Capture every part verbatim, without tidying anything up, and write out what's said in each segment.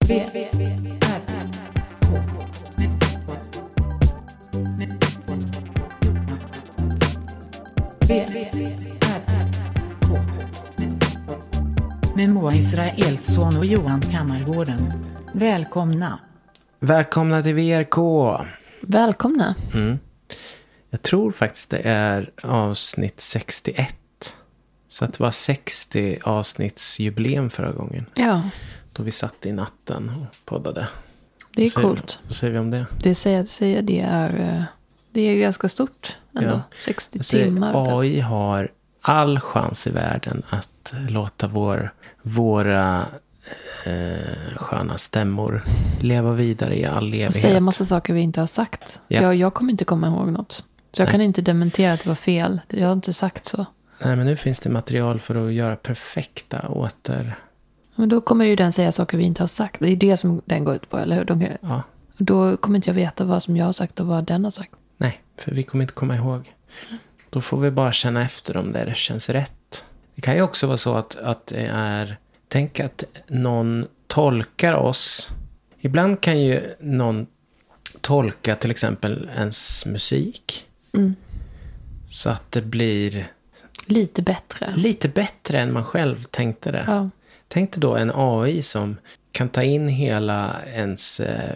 Med Moa Israelsson och Johan Kammargården. Välkomna. Välkomna till V R K. Välkomna. Mm. Jag tror faktiskt det är avsnitt sextioett. Så att det var sextio avsnittsjubileum förra gången. Ja. Då vi satt i natten och poddade. Det är vad säger, coolt. Vad säger vi om det? Det säger, säger det är det är ganska stort ändå. Ja. sextio säger, timmar. A I har all chans i världen att låta vår, våra eh, sköna stämmor leva vidare i all evighet. Och säga massa saker vi inte har sagt. Ja. Jag, jag kommer inte komma ihåg något. Så jag Nej. kan inte dementera att det var fel. Jag har inte sagt så. Nej, men nu finns det material för att göra perfekta åter... Men då kommer ju den säga saker vi inte har sagt. Det är det som den går ut på, eller hur? De, Ja. Då kommer inte jag veta vad som jag har sagt och vad den har sagt. Nej, för vi kommer inte komma ihåg. Då får vi bara känna efter om det känns rätt. Det kan ju också vara så att, att det är... Tänk att någon tolkar oss. Ibland kan ju någon tolka till exempel ens musik. Mm. Så att det blir... Lite bättre. Lite bättre än man själv tänkte det. Ja. Tänk dig då en A I som kan ta in hela ens eh,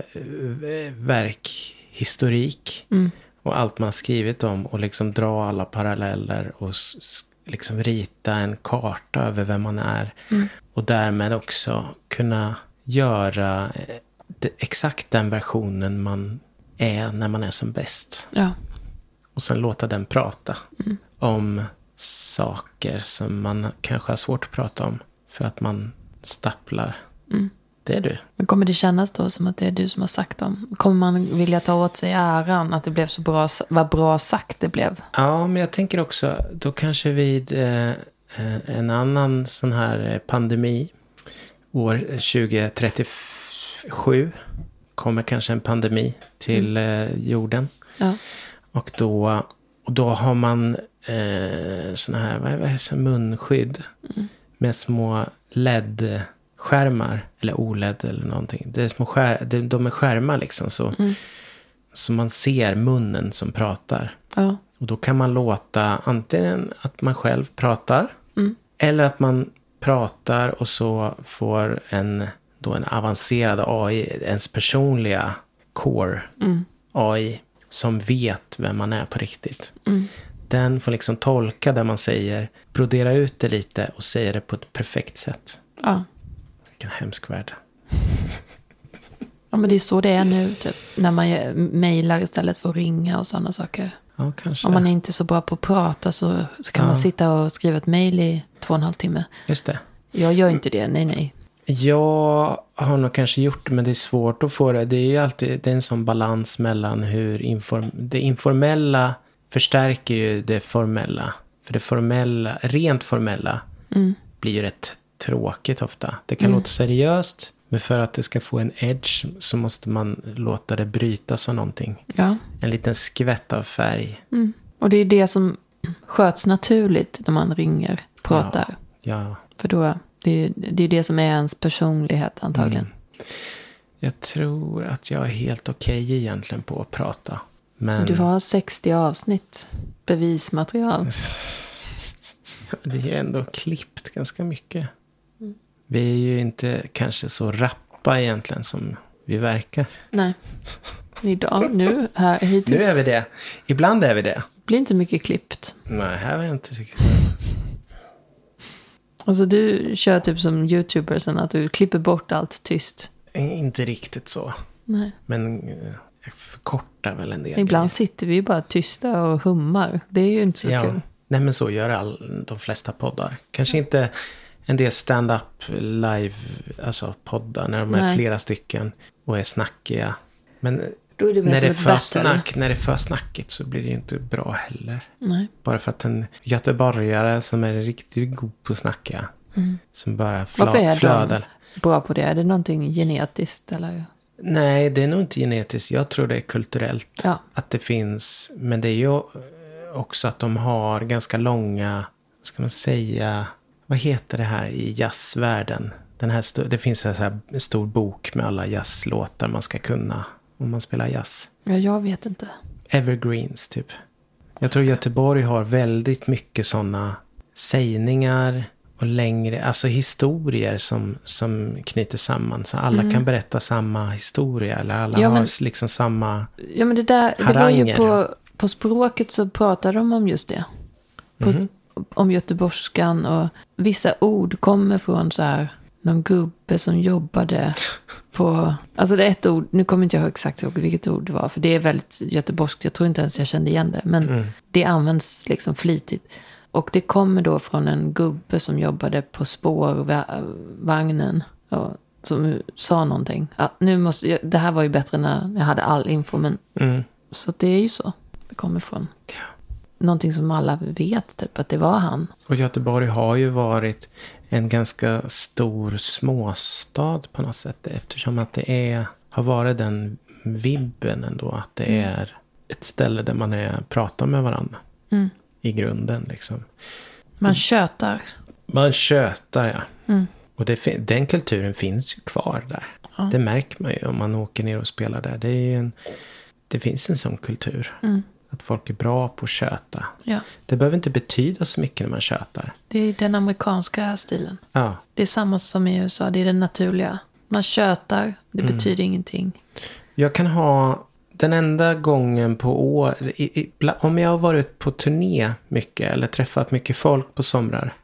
verkhistorik Mm. och allt man har skrivit om och liksom dra alla paralleller och s- liksom rita en karta över vem man är. Mm. Och därmed också kunna göra eh, det, exakt den versionen man är när man är som bäst. Ja. Och sen låta den prata Mm. om saker som man kanske har svårt att prata om för att man stapplar. Mm. Det är du. Men kommer det kännas då som att det är du som har sagt dem? Kommer man vilja ta åt sig äran att det blev så bra, vad bra sagt det blev? Ja, men jag tänker också, då kanske vid eh, en annan sån här pandemi, år tjugo trettiosju, kommer kanske en pandemi till eh, jorden. Ja. Och då, och då har man eh, såna här, vad är det, munskydd Mm. med små L E D-skärmar, eller O L E D eller någonting. Det är små skär, de, de är skärmar liksom, så, Mm. så man ser munnen som pratar. Ja. Och då kan man låta antingen att man själv pratar, Mm. eller att man pratar och så får en, då en avancerad A I, ens personliga core Mm. A I som vet vem man är på riktigt. Mm. Den får liksom tolka det man säger, brodera ut det lite och säga det på ett perfekt sätt. Ja. Vilken hemsk värld. Ja, men det är så det är nu typ, när man mejlar istället för att ringa och sådana saker. Ja, kanske. Om man är inte så bra på att prata så, så kan Ja. man sitta och skriva ett mejl i två och en halv timme. Just det. Jag gör inte det, nej nej. Jag har nog kanske gjort det, men det är svårt att få det. Det är ju alltid det är en sån balans mellan hur inform, det informella förstärker ju det formella. För det formella, rent formella Mm. blir ju rätt tråkigt ofta. Det kan Mm. låta seriöst, men för att det ska få en edge så måste man låta det brytas av någonting. Ja. En liten skvätt av färg. Mm. Och det är det som sköts naturligt när man ringer, pratar. Ja. För då, det är det är det som är ens personlighet antagligen. Mm. Jag tror att jag är helt okej egentligen på att prata. Men Du har sextio avsnitt bevismaterial. det är ju ändå klippt ganska mycket. Mm. Vi är ju inte kanske så rappa egentligen som vi verkar. Nej. Idag, nu, här, hittills. Nu är vi det. Ibland är vi det. Blir inte mycket klippt. Nej, här var jag inte riktigt. Alltså du kör typ som YouTuber sen att du klipper bort allt tyst. Inte riktigt så. Nej. Men eh, jag förkortar väl en del. Ibland grejer. sitter vi ju bara tysta och hummar. Det är ju inte så Ja. kul. Nej, men så gör all, de flesta poddar. Kanske inte en del stand-up live, alltså poddar när de är Nej. flera stycken och är snackiga. Men Då är det mer när som det, är ett för battle. snack, när det är för snackigt så blir det ju inte bra heller. Nej. Bara för att en göteborgare som är riktigt god på att snacka, Mm. som bara Varför fla, är flödar. de bra på det? Är det någonting genetiskt eller? Nej, det är nog inte genetiskt. Jag tror det är kulturellt. Ja. Att det finns. Men det är ju också att de har ganska långa, ska man säga, vad heter det här i jazzvärlden? Den här st- det finns en så här stor bok med alla jazzlåtar man ska kunna om man spelar jazz. Ja, jag vet inte. Evergreens typ. Jag tror Göteborg har väldigt mycket sådana sägningar och längre, alltså historier som, som knyter samman. Så alla mm. kan berätta samma historia eller alla ja, men, har liksom samma ja, men det där, det var ju på, på språket så pratade de om just det. På, mm. Om göteborgskan och vissa ord kommer från så här någon gubbe som jobbade på, alltså det är ett ord, nu kommer inte jag ihåg exakt ihåg vilket ord det var, för det är väldigt göteborgskt, jag tror inte ens jag kände igen det, men mm. det används liksom flitigt. Och det kommer då från en gubbe som jobbade på spårvagnen och som sa någonting. Ja, nu måste jag, det här var ju bättre när jag hade all info, men mm. så det är ju så det kommer från. Ja. Någonting som alla vet, typ att det var han. Och Göteborg har ju varit en ganska stor småstad på något sätt. Eftersom att det är, har varit den vibben ändå. Att det mm. är ett ställe där man är, pratar med varandra. Mm. I grunden liksom. Man tjötar. Man tjötar, ja. Mm. Och det, den kulturen finns ju kvar där. Ja. Det märker man ju om man åker ner och spelar där. Det, är en, det finns en sån kultur. Mm. Att folk är bra på att köta. Ja. Det behöver inte betyda så mycket när man tjötar. Det är den amerikanska stilen. Ja. Det är samma som i U S A. Det är det naturliga. Man tjötar. Det mm. betyder ingenting. Jag kan ha den enda gången på år. I, i, om jag har varit på turné mycket. Eller träffat mycket folk på somrar.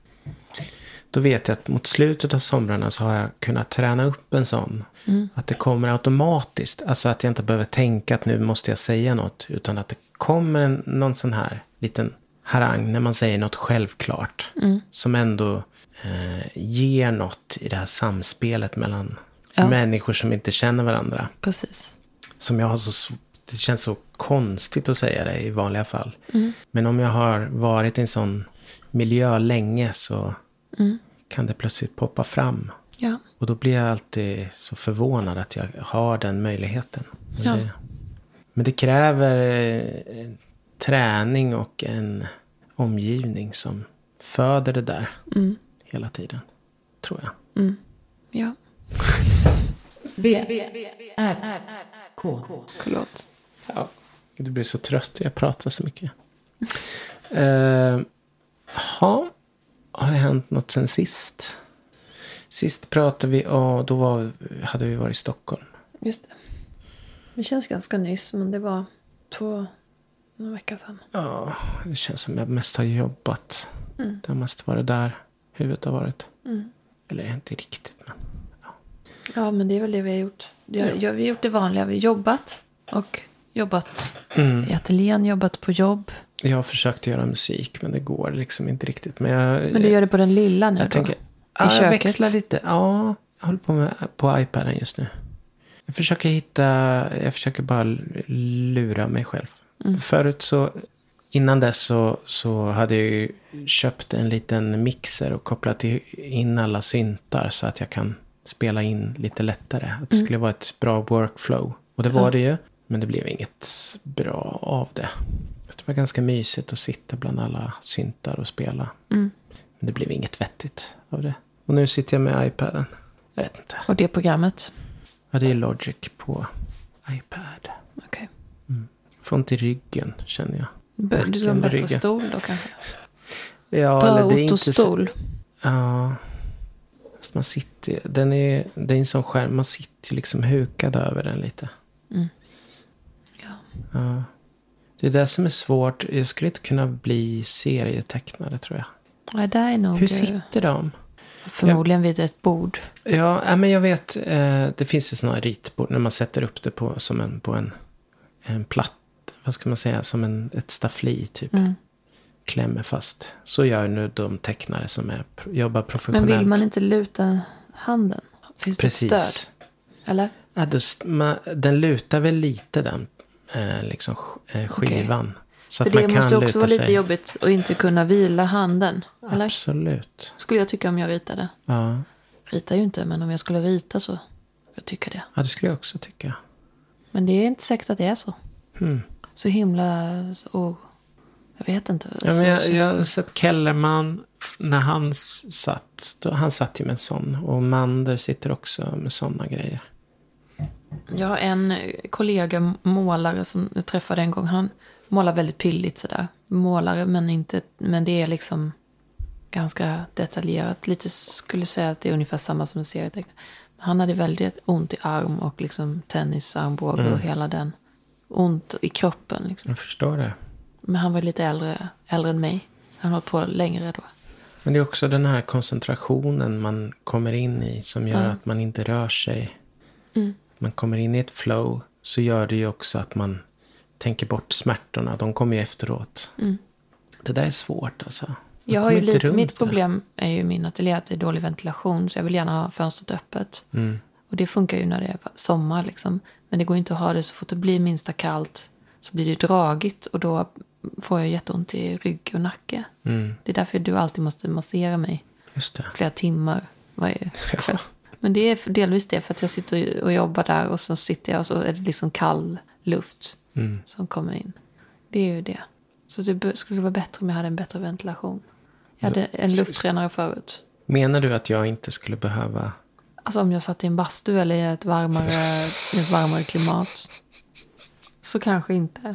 Då vet jag att mot slutet av somrarna så har jag kunnat träna upp en sån. Mm. Att det kommer automatiskt. Alltså att jag inte behöver tänka att nu måste jag säga något. Utan att det kommer en, någon sån här liten harang när man säger något självklart. Mm. Som ändå eh, ger något i det här samspelet mellan ja. människor som inte känner varandra. Precis. Som jag har så, det känns så konstigt att säga det i vanliga fall. Mm. Men om jag har varit i en sån miljö länge så mm. kan det plötsligt poppa fram. Ja. Och då blir jag alltid så förvånad att jag har den möjligheten. Men, ja. det, men det kräver eh, träning och en omgivning som föder det där mm. hela tiden. Tror jag. Mm. Ja. B, R, R, K. Förlåt. Ja, du blir så trött. Jag pratar så mycket. uh, ha, har det hänt något sen sist? Sist pratade vi och då var, hade vi varit i Stockholm. Just det. Det känns ganska nyss, men det var två några veckor sedan. Ja, det känns som jag mest har jobbat. Mm. Det måste vara där huvudet har varit. Mm. Eller inte riktigt, men ja. Ja, men det är väl det vi har gjort. Jag, jag, vi har gjort det vanliga. Vi har jobbat och jobbat mm. i ateljén, jobbat på jobb. Jag har försökt göra musik, men det går liksom inte riktigt. Men, jag, men du gör det på den lilla nu jag då? Tänker, I ja, köket? Jag växlar lite. Ja, jag håller på med på iPaden just nu. Jag försöker hitta, jag försöker bara lura mig själv. Mm. Förut så, innan dess så, så hade jag ju köpt en liten mixer och kopplat in alla syntar så att jag kan spela in lite lättare. Att det Mm. skulle vara ett bra workflow. Och det var ja. det ju, men det blev inget bra av det. Det var ganska mysigt att sitta bland alla syntar och spela. Mm. Men det blev inget vettigt av det. Och nu sitter jag med iPaden. Jag vet inte. Och det programmet? Ja, det är Logic på iPad. Okej. Okay. Mm. Får ont i ryggen, känner jag. Bör, du ska ha en bättre stol då kanske? Ja, Ta eller det är inte stol. Ja. Fast man sitter, den är, det är en sån skärm, man sitter liksom hukad över den lite. Mm. Ja. Ja. Det är det som är svårt. Jag skulle inte kunna bli serietecknare, tror jag. Ja, det är nog... Hur sitter de? Förmodligen vid ett bord. Ja, men jag vet. Eh, det finns ju sådana ritbord när man sätter upp det på, som en, på en, en platt. Vad ska man säga? Som en, ett staffli typ. Mm. Klämmer fast. Så gör nu de tecknare som är, jobbar professionellt. Men vill man inte luta handen? Finns Precis. det ett stöd? Eller? Ja, då, man, den lutar väl lite den eh, liksom, eh, skivan. Okay. Så för att det man kan måste också vara lite sig. jobbigt att inte kunna vila handen. Eller? Absolut. Skulle jag tycka om jag ritade. Ja. Ritar ju inte, men om jag skulle rita så jag tycker det. Ja, det skulle jag också tycka. Men det är inte säkert att det är så. Hmm. Så himla... Oh, Jag vet inte. Ja, men jag, jag har sett Kellerman när han satt. Då, han satt ju med en sån. Och Mander sitter också med såna grejer. Jag har en kollega målare som jag träffade en gång. Han målar väldigt pilligt sådär. Målare men inte, men det är liksom ganska detaljerat. Lite skulle säga att det är ungefär samma som en serietecknare. Han hade väldigt ont i arm och liksom tennisarmbåge mm. och hela den. Ont i kroppen liksom. Jag förstår det. Men han var lite äldre, äldre än mig. Han var på längre då. Men det är också den här koncentrationen man kommer in i som gör mm. att man inte rör sig. Mm. Man kommer in i ett flow, så gör det ju också att man tänker bort smärtorna. De kommer ju efteråt. Mm. Det där är svårt alltså. Man jag har ju lite, mitt problem är ju min ateljé att det är dålig ventilation. Så jag vill gärna ha fönstret öppet. Mm. Och det funkar ju när det är sommar liksom. Men det går inte att ha det så fort det blir minsta kallt. Så blir det dragigt och då får jag jätteont i rygg och nacke. Mm. Det är därför du alltid måste massera mig. Just det. Flera timmar varje kväll. Ja. Men det är delvis det för att jag sitter och jobbar där och så sitter jag och så är det liksom kall luft mm. som kommer in. Det är ju det. Så det skulle vara bättre om jag hade en bättre ventilation. Jag hade en lufttränare förut. Menar du att jag inte skulle behöva... Alltså om jag satt i en bastu eller i ett varmare, i ett varmare klimat. Så kanske inte.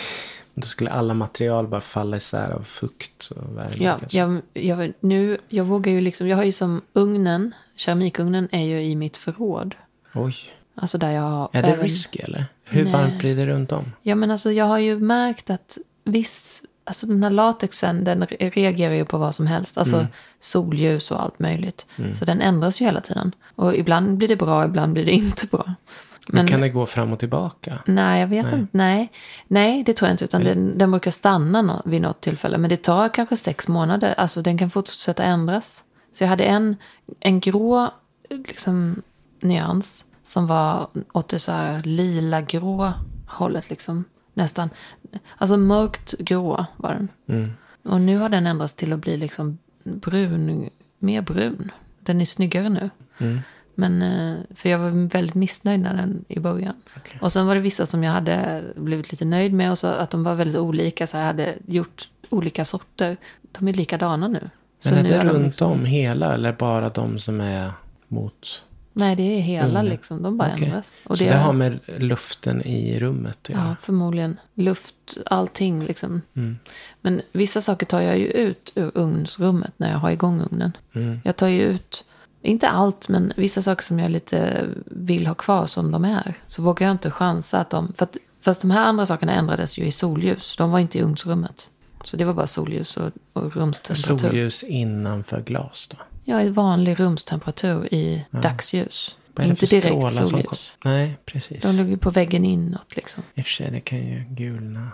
Då skulle alla material bara falla isär av fukt och värme. Ja, jag, jag, nu, jag vågar ju liksom... Jag har ju som ugnen, keramikugnen är ju i mitt förråd. Oj. Alltså där jag har... Är det även, risky eller? Hur nej. varmt blir det runt om? Ja men alltså jag har ju märkt att viss... Alltså den här latexen, den reagerar ju på vad som helst. Alltså mm. solljus och allt möjligt. Mm. Så den ändras ju hela tiden. Och ibland blir det bra, ibland blir det inte bra. Men, Men kan det gå fram och tillbaka? Nej, jag vet nej. inte. Nej. nej, det tror jag inte. Utan mm. den, den brukar stanna no- vid något tillfälle. Men det tar kanske sex månader. Alltså den kan fortsätta ändras. Så jag hade en, en grå liksom, nyans. Som var åt det så här lila grå hållet liksom. Nästan. Alltså mörkt grå var den. Mm. Och nu har den ändrats till att bli liksom brun. Mer brun. Den är snyggare nu. Mm. Men, för jag var väldigt missnöjd när den i början. Okay. Och sen var det vissa som jag hade blivit lite nöjd med. Och så att de var väldigt olika. Så jag hade gjort olika sorter. De är likadana nu. Men så är nu det är runt de liksom... om hela? Eller bara de som är mot... Nej, det är hela mm. liksom. De bara okay. ändras. Och så det, det har med luften i rummet? Ja, ja förmodligen. Luft, allting liksom. Mm. Men vissa saker tar jag ju ut ur ugnsrummet när jag har igång ugnen. Mm. Jag tar ju ut, inte allt, men vissa saker som jag lite vill ha kvar som de är. Så vågar jag inte chansa att de... För att, fast de här andra sakerna ändrades ju i solljus. De var inte i ugnsrummet. Så det var bara solljus och, och rumstemperatur. Solljus innanför glas då? Ja, i vanlig rumstemperatur i ja. dagsljus. Inte direkt solljus. Nej, precis. De ligger på väggen inåt liksom. I och för sig, det kan ju gulna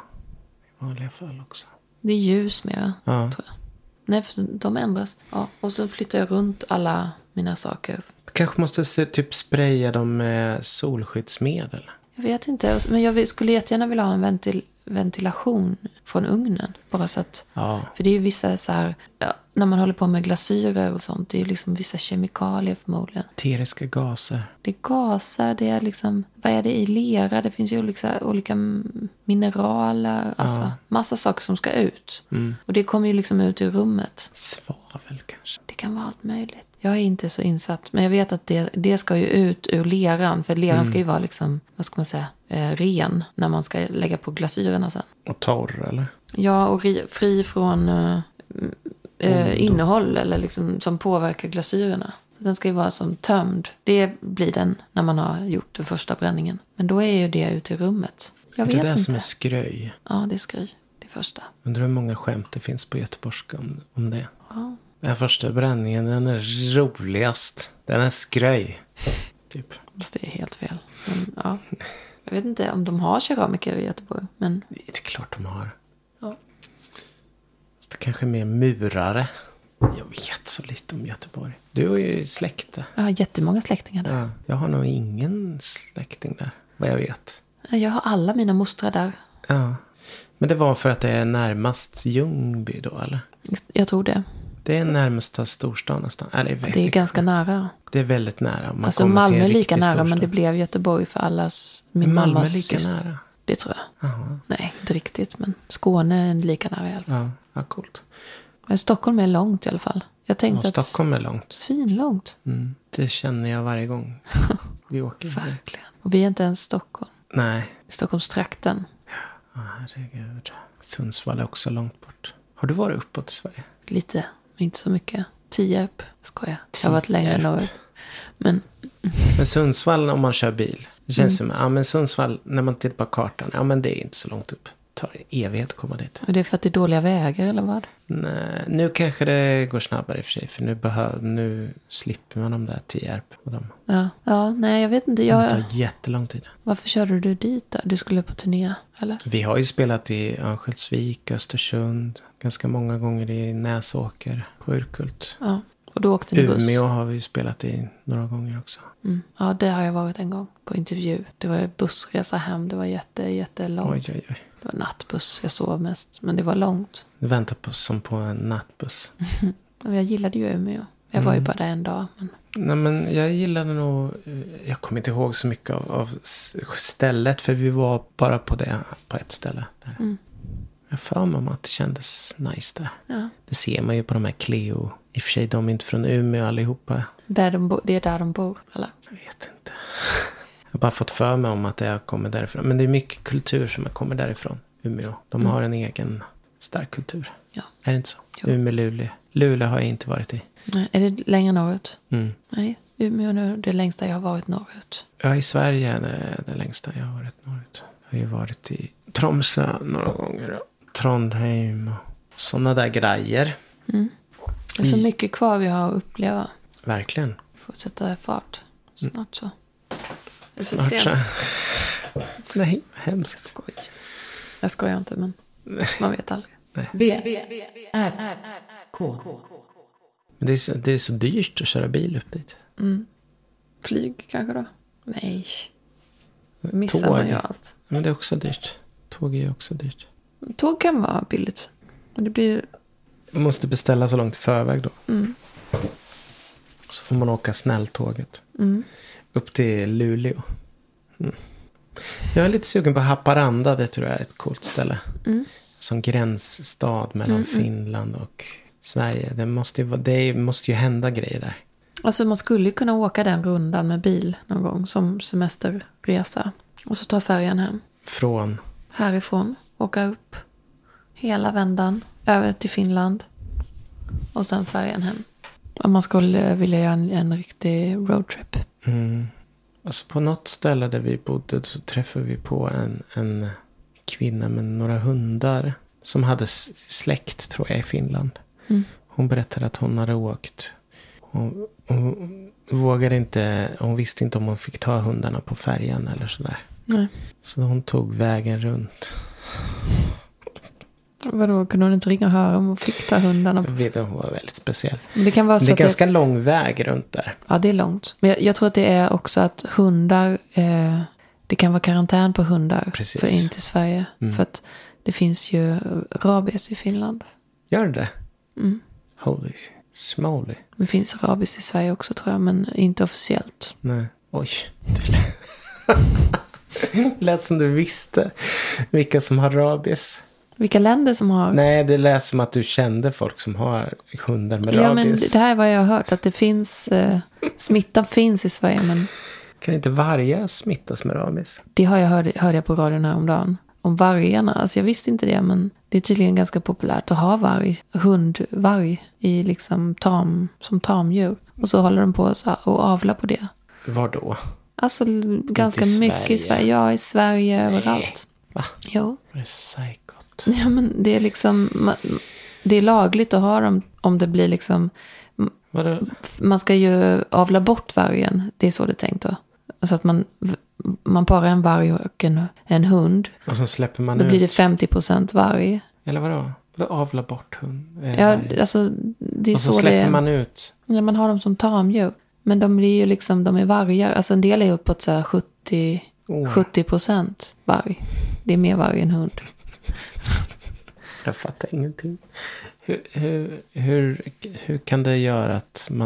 i vanliga fall också. Det är ljus mer, ja. tror jag. Nej, för de ändras. Ja. Och så flyttar jag runt alla mina saker. Du kanske måste se, typ spraya dem med solskyddsmedel. Jag vet inte, men jag skulle jättegärna vilja ha en ventil, ventilation från ugnen. Bara så att, ja. För det är ju vissa så här, ja, när man håller på med glasyrer och sånt, det är ju liksom vissa kemikalier förmodligen. Eteriska gaser. Det är gaser, det är liksom, vad är det i lera? Det finns ju olika, olika mineraler, alltså ja. massa saker som ska ut. Mm. Och det kommer ju liksom ut ur rummet. Svavel kanske. Det kan vara allt möjligt. Jag är inte så insatt, men jag vet att det, det ska ju ut ur leran. För leran mm. ska ju vara liksom, vad ska man säga, eh, ren när man ska lägga på glasyrerna sen. Och torr, eller? Ja, och ri, fri från eh, eh, innehåll eller liksom, som påverkar glasyrerna. Så den ska ju vara som tömd. Det blir den när man har gjort den första bränningen. Men då är ju det ute i rummet. Jag är vet det det inte. som är skröj? Ja, det är skröj. Det första. Undrar hur många skämt det finns på göteborgska om, om det. Ja. Den första bränningen, den är roligast. Den är skröj. Typ. Fast det är helt fel. Men, ja. Jag vet inte om de har keramiker i Göteborg. Men... Det är klart de har. Ja. Det kanske är mer murare. Jag vet så lite om Göteborg. Du har ju släkte. Jag har jättemånga släktingar där. Ja, jag har nog ingen släkting där. Vad jag vet. Jag har alla mina mostrar där. Ja. Men det var för att det är närmast Ljungby då, eller? Jag tror det. Det är närmsta storstad nästan. Äh, det, är det är ganska nära. Det är väldigt nära. Man alltså Malmö är lika nära, storstad. Men det blev Göteborg för allas min Malmö mammas är lika syster. nära. Det tror jag. Aha. Nej, inte riktigt. Men Skåne är lika nära i alla fall. Ja, ja coolt. Men Stockholm är långt i alla fall. Jag tänkte ja, Stockholm är långt. Att svinlångt. Mm, det känner jag varje gång vi åker. Verkligen. Och vi är inte ens Stockholm. Nej. Stockholmstrakten. Ja, herregud. Sundsvall är också långt bort. Har du varit uppåt i Sverige? Lite, men inte så mycket. Tierp, skojar. Jag har varit längre norrut. Men... men Sundsvall om man kör bil. Det känns mm. som, ja men Sundsvall, när man tittar på kartan, ja men det är inte så långt upp. Det tar evighet att komma dit. Och det är för att det är dåliga vägar eller vad? Nej, nu kanske det går snabbare i och för sig. För nu, behöv, nu slipper man de där Tierp och dem. Ja, ja nej jag vet inte. Jag... Det tar jättelång tid. Varför körde du dit där? Du skulle på turné, eller? Vi har ju spelat i Örnsköldsvik, Östersund. Ganska många gånger i Näsåker, på Urkult. Ja, och då åkte ni buss. Umeå har vi spelat i några gånger också. Mm. Ja, det har jag varit en gång på intervju. Det var bussresa hem. Det var jätte, jättelångt. Oj, oj, oj. Det var nattbuss. Jag sov mest. Men det var långt. Du väntar på som på en nattbuss. Jag gillade ju Umeå. Jag var mm. ju bara där en dag. Men... Nej, men jag gillade nog... Jag kommer inte ihåg så mycket av, av stället. För vi var bara på det på ett ställe. Där. Mm. Jag för mig om att det kändes nice där. Ja. Det ser man ju på de här Cleo. I och för sig, de är inte från Umeå allihopa. Där de bo- det är där de bor, eller? Jag vet inte. Jag har bara fått för mig om att jag kommer därifrån. Men det är mycket kultur som kommer därifrån. Umeå. De mm. har en egen stark kultur. Ja. Är det inte så? Jo. Umeå, Luleå. Luleå har jag inte varit i. Nej, är det längre norrut? Mm. Nej, Umeå nu det längsta jag har varit norrut. Ja, i Sverige är det, det längsta jag har varit norrut. Jag har ju varit i Tromsö några gånger. Trondheim och sådana där grejer. Mm. Det är så mycket kvar vi har att uppleva. Verkligen. Fortsätta fart. Snart så. Det är för Snart sent. så. Nej, hemskt. Skoj. Jag skojar inte, men man vet aldrig. Nej. V, R, R, K. Men det är, så, det är så dyrt att köra bil upp dit. Mm. Flyg kanske då? Nej. Missar Tåg. man ju allt. Men det är också dyrt. Tåg är ju också dyrt. Tåg kan vara billigt. Men det blir... Man måste beställa så långt i förväg då. Mm. Så får man åka snälltåget. Mm. Upp till Luleå. Mm. Jag är lite sugen på Haparanda. Det tror jag är ett coolt ställe. Mm. Som gränsstad mellan mm, Finland och Sverige. Det måste, ju, det måste ju hända grejer där. Alltså man skulle ju kunna åka den rundan med bil någon gång. Som semesterresa. Och så ta färjan hem. Från? Härifrån. Åka upp. Hela vändan. Över till Finland. Och sen färjan hem. Om man skulle vilja göra en, en riktig roadtrip. Mm. Alltså på något ställe där vi bodde så träffade vi på en, en kvinna med några hundar. Som hade släkt tror jag i Finland. Mm. Hon berättade att hon hade åkt. Hon, hon vågade inte, hon visste inte om hon fick ta hundarna på färjan eller sådär. Nej. Så hon tog vägen runt. Vadå, kunde hon inte ringa och höra om hon fick ta hundarna? Jag vet, hon var väldigt speciell. Det kan vara så det är att ganska det... lång väg runt där. Ja, det är långt. Men jag, jag tror att det är också att hundar, eh, det kan vara karantän på hundar. Precis. För in till Sverige. Mm. För att det finns ju rabies i Finland. Gör det? Mm. Holy smoly. Det finns rabies i Sverige också tror jag, men inte officiellt. Nej, oj. Det lät som du visste vilka som har rabies. Vilka länder som har... Nej, det lät som att du kände folk som har hundar med ja, rabies. Men det här är vad jag har hört. Att det finns... Eh, smittan finns i Sverige, men... Kan inte vargar smittas med rabies? Det har jag hörde, hörde jag på radion här om dagen. Om vargarna. Alltså jag visste inte det, men det är tydligen ganska populärt att ha varg. Hundvarg i liksom tam, som tamdjur. Och så håller de på så, och avla på det. Var då? Alltså ganska i mycket Sverige. i Sverige. Ja, i Sverige, Nej. överallt. Va? Jo. Det är psykot. Ja, men det är liksom... Man, det är lagligt att ha dem om det blir liksom... Vadå? Man ska ju avla bort vargen. Det är så det är tänkt då. Alltså att man, man parar en varg och en, en hund. Och så släpper man Då ut. blir det femtio procent varg. Eller vadå? Vadå avla bort hund? Eh, ja, varg. alltså det är och så, så släpper det är. man ut. Ja, man har dem som tamdjur. Men de blir ju liksom, de är vargar. Alltså en del är uppåt så här sjuttio procent varg. Det är mer varg än hund. Jag fattar ingenting. Hur, hur, hur, hur kan det göra att man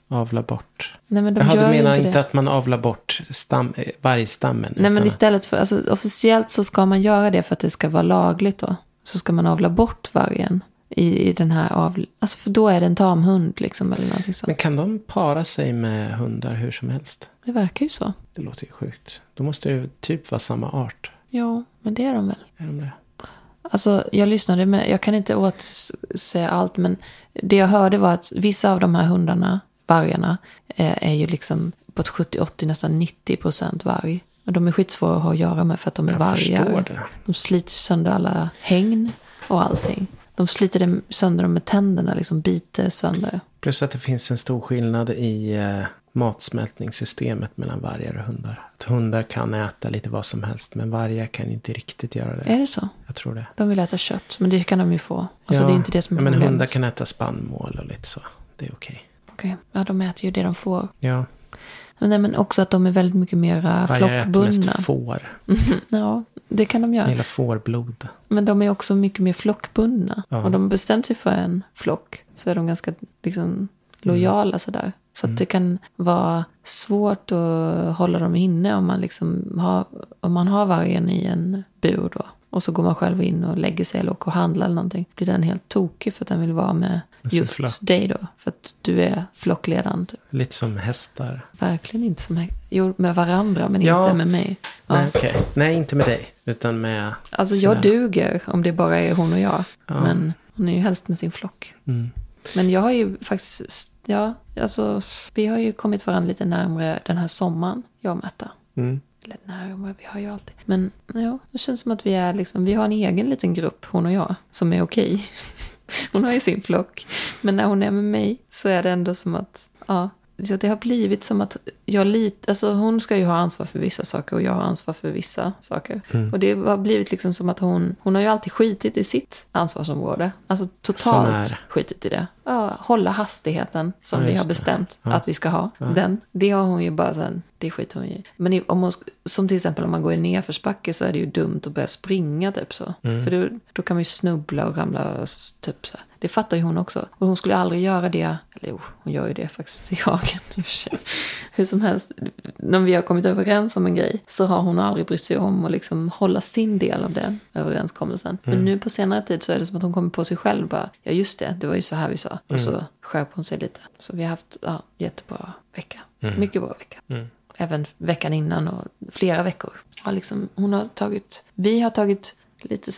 avla bort. Nej, men de Jaha, gör du menar inte inte det. att man avlar bort stam, vargstammen? Nej, men utan... istället för, alltså officiellt så ska man göra det för att det ska vara lagligt då. Så ska man avla bort vargen i, i den här av, alltså för då är det en tamhund liksom eller någonting så. Men kan de para sig med hundar hur som helst? Det verkar ju så. Det låter ju sjukt. Då måste det typ vara samma art. Ja, men det är de väl. Är de det? Alltså jag lyssnade med, jag kan inte återse allt, men det jag hörde var att vissa av de här hundarna, vargarna, är ju liksom på ett sjuttio, åttio, nästan nittio procent varg. Och de är skitsvåra att ha att göra med för att de är Jag vargar. förstår det. De sliter sönder alla hängn och allting. De sliter dem sönder dem med tänderna, liksom biter sönder. Plus att det finns en stor skillnad i eh, matsmältningssystemet mellan vargar och hundar. Att hundar kan äta lite vad som helst, men vargar kan inte riktigt göra det. Är det så? Jag tror det. De vill äta kött, men det kan de ju få. Alltså ja, det är inte det som är ja, men problemet. hundar kan äta spannmål och lite så. Det är okej. Okej, ja de äter ju det de får. Ja. Men, nej, men också att de är väldigt mycket mer Vargar äter flockbundna. mest får. Ja, det kan de göra. Jag gillar fårblod. Men de är också mycket mer flockbundna. Ja. Och de har bestämt sig för en flock. Så är de ganska liksom, lojala mm. sådär. Så Mm. att det kan vara svårt att hålla dem inne om man, liksom har, om man har vargen i en bur då. Och så går man själv in och lägger sig eller åker och handlar eller någonting. Blir den helt tokig för att den vill vara med just flock. dig då. För att du är flockledaren. Typ. Lite som hästar. Verkligen inte som jo, med varandra men ja. inte med mig. Ja. Nej, okay. Nej, inte med dig. Utan med... Alltså sina... jag duger om det bara är hon och jag. Ja. Men hon är ju helst med sin flock. Mm. Men jag har ju faktiskt, ja, alltså vi har ju kommit varandra lite närmare den här sommaren, jag och Märta. Mm. Eller närmare, vi har ju alltid. Men ja, det känns som att vi är liksom, vi har en egen liten grupp, hon och jag, som är okej. Hon har ju sin flock. Men när hon är med mig så är det ändå som att, ja, så det har blivit som att jag lite, alltså hon ska ju ha ansvar för vissa saker och jag har ansvar för vissa saker. Mm. Och det har blivit liksom som att hon, hon har ju alltid skitit i sitt ansvarsområde. Alltså totalt skitit i det. Ja, hålla hastigheten som ja, vi har det. bestämt ja. att vi ska ha. Ja. Den, det har hon ju bara sen, det skiter hon i. Men om hon, som till exempel om man går i nedförsbacke så är det ju dumt att börja springa typ så. Mm. För då, då kan man ju snubbla och ramla och typ så. Det fattar ju hon också. Och hon skulle aldrig göra det. Eller jo, hon gör ju det faktiskt i hagen i och för sig. Hur som helst, när vi har kommit överens om en grej så har hon aldrig brytt sig om att liksom hålla sin del av den överenskommelsen. Mm. Men nu på senare tid så är det som att hon kommer på sig själv bara, ja just det, det var ju så här vi sa. Mm. Och så skärper hon sig lite. Så vi har haft ja, jättebra vecka. Mm. Mycket bra vecka. Mm. Även veckan innan och flera veckor. Ja, liksom, hon har tagit, vi har tagit lite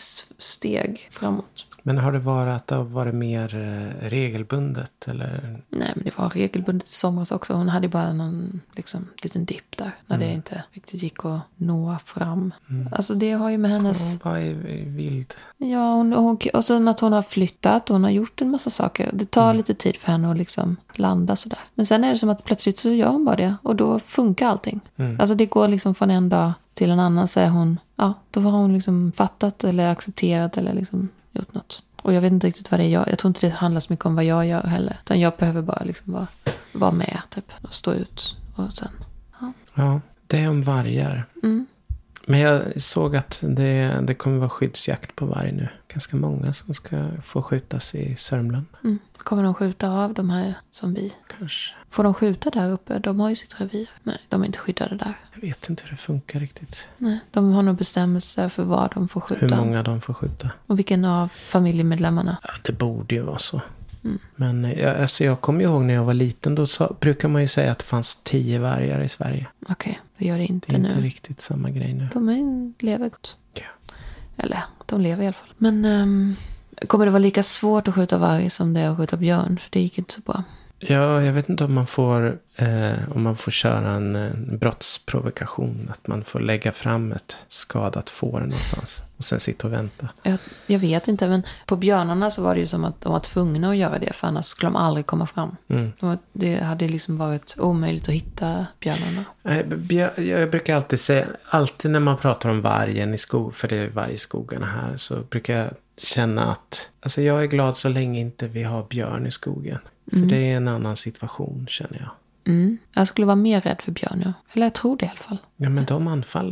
steg framåt. Men har det varit att det har varit mer eh, regelbundet? Eller? Nej, men det var regelbundet i somras också. Hon hade bara någon liksom, liten dipp där. När mm. det inte riktigt gick att nå fram. Mm. Alltså det har ju med hennes... Hon bara är, är vild. Ja, hon, hon, och så att hon har flyttat. Hon har gjort en massa saker. Det tar mm. lite tid för henne att liksom landa sådär. Men sen är det som att plötsligt så gör hon bara det. Och då funkar allting. Mm. Alltså det går liksom från en dag till en annan så är hon... Ja, då har hon liksom fattat eller accepterat eller liksom... gjort något. Och jag vet inte riktigt vad det är jag. Jag tror inte det handlar så mycket om vad jag gör heller. Utan jag behöver bara liksom vara, vara med typ. Och stå ut. Och sen. Ja, ja det är om vargar. Mm. Men jag såg att det, det kommer vara skyddsjakt på varg nu. Ganska många som ska få skjutas i Sörmland. Mm. Kommer de skjuta av de här som vi? Kanske. Får de skjuta där uppe? De har ju sitt revir. Nej, de är inte skyddade där. Jag vet inte hur det funkar riktigt. Nej, de har nog bestämmelser för vad de får skjuta. Hur många de får skjuta. Och vilken av familjemedlemmarna? Ja, det borde ju vara så. Mm. Men jag, alltså jag kommer ihåg när jag var liten. Då så, brukar man ju säga att det fanns tio vargar i Sverige. Okej, okay, det gör det inte nu. Det är inte nu. Riktigt samma grej nu. De är, lever gott. Ja. Eller, de lever i alla fall. Men um, kommer det vara lika svårt att skjuta varg som det är att skjuta björn? För det gick inte så bra. Ja, jag vet inte om man får eh, om man får köra en, en brottsprovokation. Att man får lägga fram ett skadat får någonstans. Och sen sitta och vänta. Jag, jag vet inte, men på björnarna så var det ju som att de var tvungna att göra det. För annars skulle de aldrig komma fram. Mm. De, det hade liksom varit omöjligt att hitta björnarna. Jag, jag brukar alltid säga, alltid när man pratar om vargen i skog, för det är varg i skogarna här, så brukar jag känna att alltså jag är glad så länge inte vi har björn i skogen. För mm. det är en annan situation, känner jag. Mm. Jag skulle vara mer rädd för björn, ja. Eller jag tror det i alla fall. Ja, men de anfaller ju.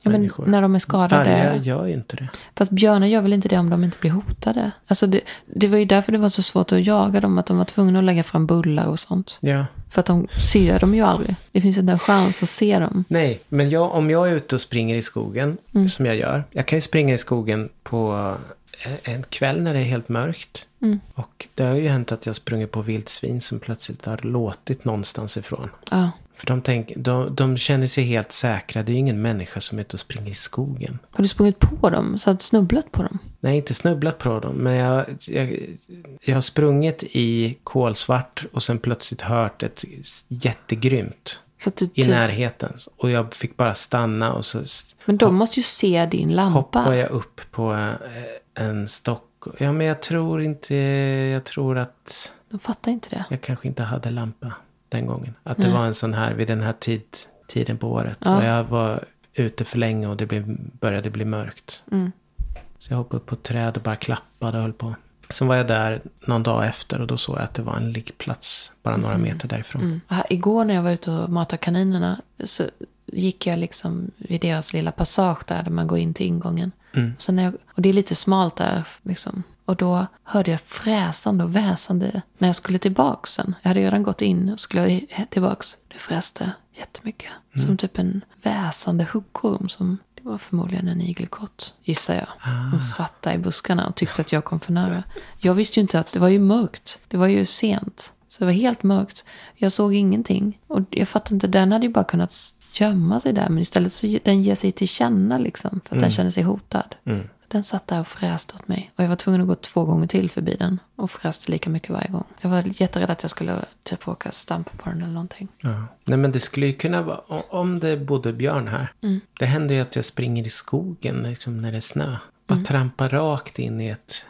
Ja, men människor. när de är skadade. Vargar gör ju inte det. Fast björnar gör väl inte det om de inte blir hotade. Alltså det, det var ju därför det var så svårt att jaga dem. Att de var tvungna att lägga fram bullar och sånt. Ja. För att de ser dem ju aldrig. Det finns inte en chans att se dem. Nej, men jag, om jag är ute och springer i skogen, mm. som jag gör. Jag kan ju springa i skogen på en kväll när det är helt mörkt. Mm. Och det har ju hänt att jag sprungit på vildsvin som plötsligt har låtit någonstans ifrån. Ja. För de, tänk, de, de känner sig helt säkra. Det är ju ingen människa som är ute och springer i skogen. Har du sprungit på dem? Så har du snubblat på dem? Nej, inte snubblat på dem. Men jag, jag, jag har sprungit i kolsvart och sen plötsligt hört ett jättegrymt du, i närheten. Och jag fick bara stanna och så... Men de måste ju se din lampa. Hoppar jag upp på en stock. Ja, men jag tror inte... Jag tror att... De fattar inte det. Jag kanske inte hade lampa den gången. Att det Nej. var en sån här vid den här tid, tiden på året. Ja. Och jag var ute för länge och det blev, började bli mörkt. Mm. Så jag hoppade upp på ett träd och bara klappade och höll på. Sen var jag där någon dag efter och då såg jag att det var en liggplats bara några Mm. meter därifrån. Mm. Här, igår när jag var ute och matade kaninerna så gick jag liksom vid deras lilla passage där, där man går in till ingången. Mm. Och, så när jag, och det är lite smalt där liksom. Och då hörde jag fräsande och väsande när jag skulle tillbaks sen. Jag hade redan gått in och skulle tillbaks. Det fräste jättemycket. Mm. Som typ en väsande huggorm som... Det var förmodligen en igelkott, gissar jag. Ah. Hon satt där i buskarna och tyckte att jag kom för nära. Jag visste ju inte att det var ju mörkt. Det var ju sent. Så det var helt mörkt. Jag såg ingenting. Och jag fattade inte, den hade ju bara kunnat gömma sig där. Men istället så den ger sig till känna liksom. För att mm. den känner sig hotad. Mm. Den satt där och fräste åt mig. Och jag var tvungen att gå två gånger till förbi den. Och fräste lika mycket varje gång. Jag var jätterädd att jag skulle typ åka stampa på den eller någonting. Ja. Nej, men det skulle ju kunna vara... Om det bodde björn här. Mm. Det händer ju att jag springer i skogen liksom, när det är snö. Bara mm. trampar rakt in i ett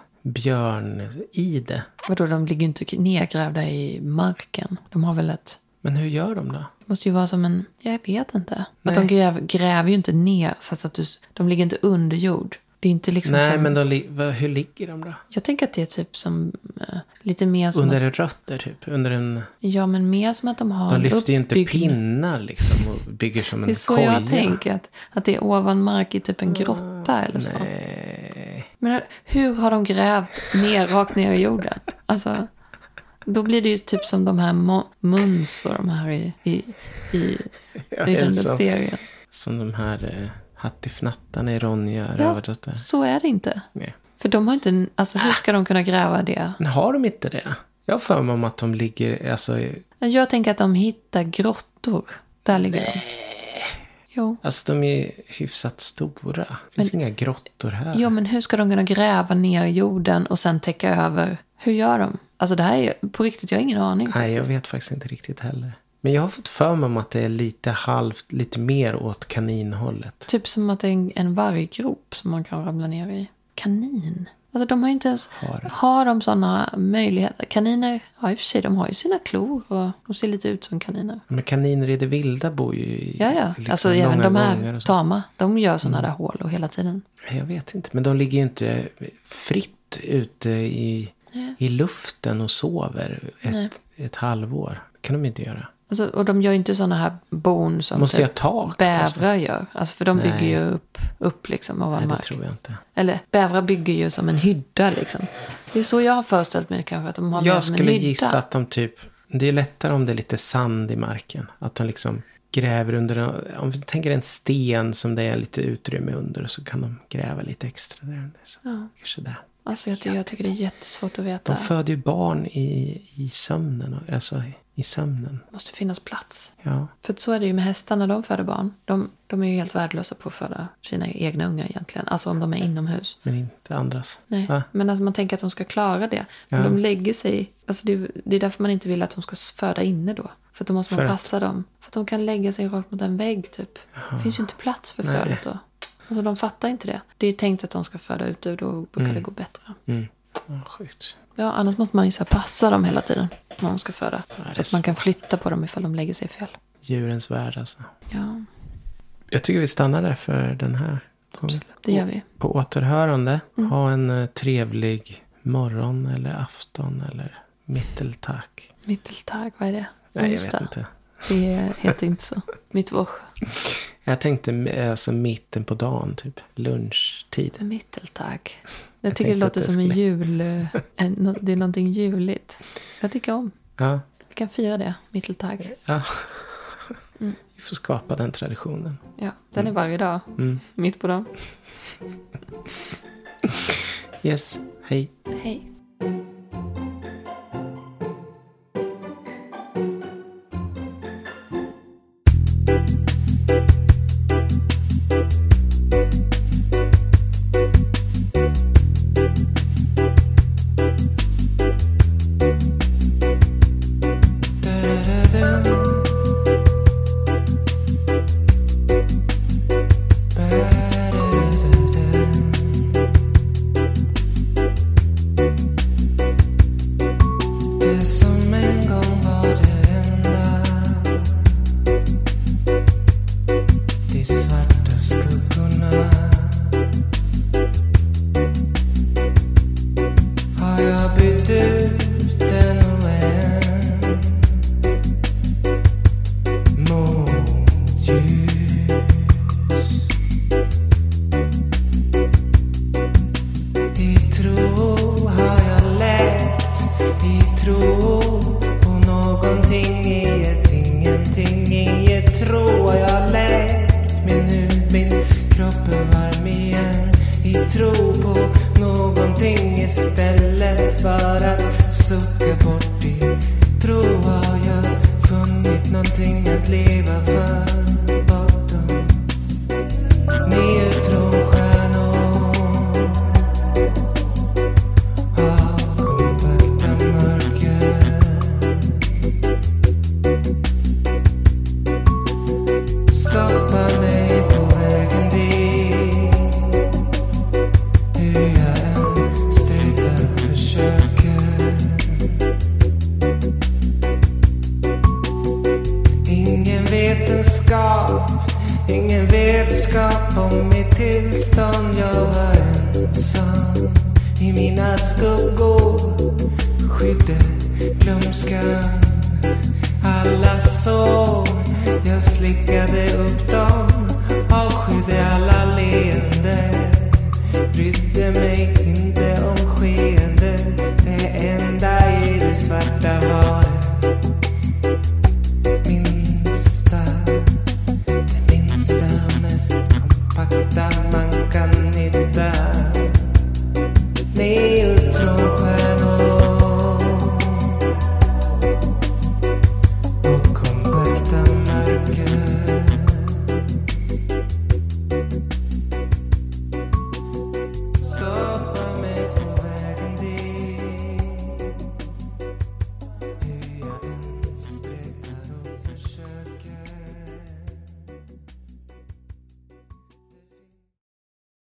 björnide. Vadå, de ligger ju inte nedgrävda i marken. De har väl ett... Men hur gör de då? Det måste ju vara som en... Jag vet inte. Nej. Att de gräver, gräver ju inte ner. Så att du, de ligger inte under jord. Det är inte liksom Nej, som... men de, hur ligger de då? Jag tänker att det är typ som... Uh, lite mer som... Under att, rötter typ? Under en... Ja, men mer som att de har... De lyfter ju inte pinnar liksom och bygger som en koja. Det är så koja. Jag tänker. Att, att det är ovan mark i typ en grotta uh, eller så. Nej. Men hur har de grävt ner, rakt ner i jorden? Alltså... Då blir det ju typ som de här mo- Mums och de här i, i, i, ja, i den där som, serien. Som de här... Eh... Hattifnattarna i Ronja. Ja, så är det inte. Nej. För de har inte... Alltså hur ska de kunna gräva det? Men har de inte det? Jag har för mig om att de ligger... Alltså... Jag tänker att de hittar grottor. Där ligger Nej. de. Jo. Alltså de är hyfsat stora. Det finns men, inga grottor här. Jo, men hur ska de kunna gräva ner jorden och sen täcka över? Hur gör de? Alltså det här är på riktigt, jag har ingen aning. Nej, faktiskt. jag vet faktiskt inte riktigt heller. Men jag har fått för mig om att det är lite halvt, lite mer åt kaninhållet. Typ som att det är en, en varggrop som man kan ramla ner i. Kanin? Alltså de har ju inte ens... Har, har de sådana möjligheter? Kaniner, ja i och för sig, de har ju sina klor och de ser lite ut som kaniner. Men kaniner i det vilda bor ju i... Ja, ja. Liksom alltså även de här tama, de gör sådana mm. där hål och hela tiden. Jag vet inte, men de ligger ju inte fritt ute i, ja. i luften och sover ett, ett halvår. Det kan de inte göra. Alltså, och de gör ju inte sådana här bon som Måste jag ta? bävrar alltså? gör. Alltså för de Nej. bygger ju upp, upp liksom ovan Nej, mark. det tror jag inte. Eller bävrar bygger ju som en hydda liksom. Det är så jag har föreställt mig kanske att de har jag med som en hydda. Jag skulle gissa att de typ, det är lättare om det är lite sand i marken. Att de liksom gräver under, om vi tänker en sten som det är lite utrymme under så kan de gräva lite extra där under. Så ja. Kanske där. Alltså jag tycker, jag tycker det är jättesvårt att veta. De föder ju barn i, i sömnen. Alltså i sömnen. Det måste finnas plats. Ja. För så är det ju med hästar när de föder barn. De, de är ju helt värdelösa på att föda sina egna unga egentligen. Alltså om de är inomhus. Men inte andras. Nej, Va? men alltså man tänker att de ska klara det. Men ja. de lägger sig... Alltså det, det är därför man inte vill att de ska föda inne då. För då måste man för passa att... dem. För att de kan lägga sig rakt mot en vägg typ. Jaha. Det finns ju inte plats för födet då. Alltså de fattar inte det. Det är tänkt att de ska föda ut och då brukar mm. det gå bättre. Mm. Oh, sjukt. Ja, annars måste man ju så här passa dem hela tiden när de ska föda. Ja, så att så. man kan flytta på dem ifall de lägger sig fel. Djurens värld alltså. Ja. Jag tycker vi stannar där för den här gången. Det gör vi. På återhörande. Mm. Ha en uh, trevlig morgon eller afton eller mitteltag. Mitteltag, vad är det? Nej, jag vet inte. Det heter inte så. Mittwoch. Jag tänkte alltså mitten på dagen, typ lunchtid. Mitteltag. Jag tycker jag det låter det som skulle... en jul. En, det är någonting juligt. Jag tycker om. Ja. Vi kan fira det, mitteltag. Ja. Mm. Vi får skapa den traditionen. Ja, den är varje dag. Mm. Mitt på dagen. Yes, hej. Hej. Istället för att sucka bort i tro har jag funnit någonting att leva för bortom neutronstjärnor av kompakta mörker. Stoppa mig på vägen dit, hur jag än strider försöker. Ingen vetenskap, ingen vetskap om mitt tillstånd. Jag var ensam i mina skuggor, skydde glömskan. Alla sår, jag slickade upp dem.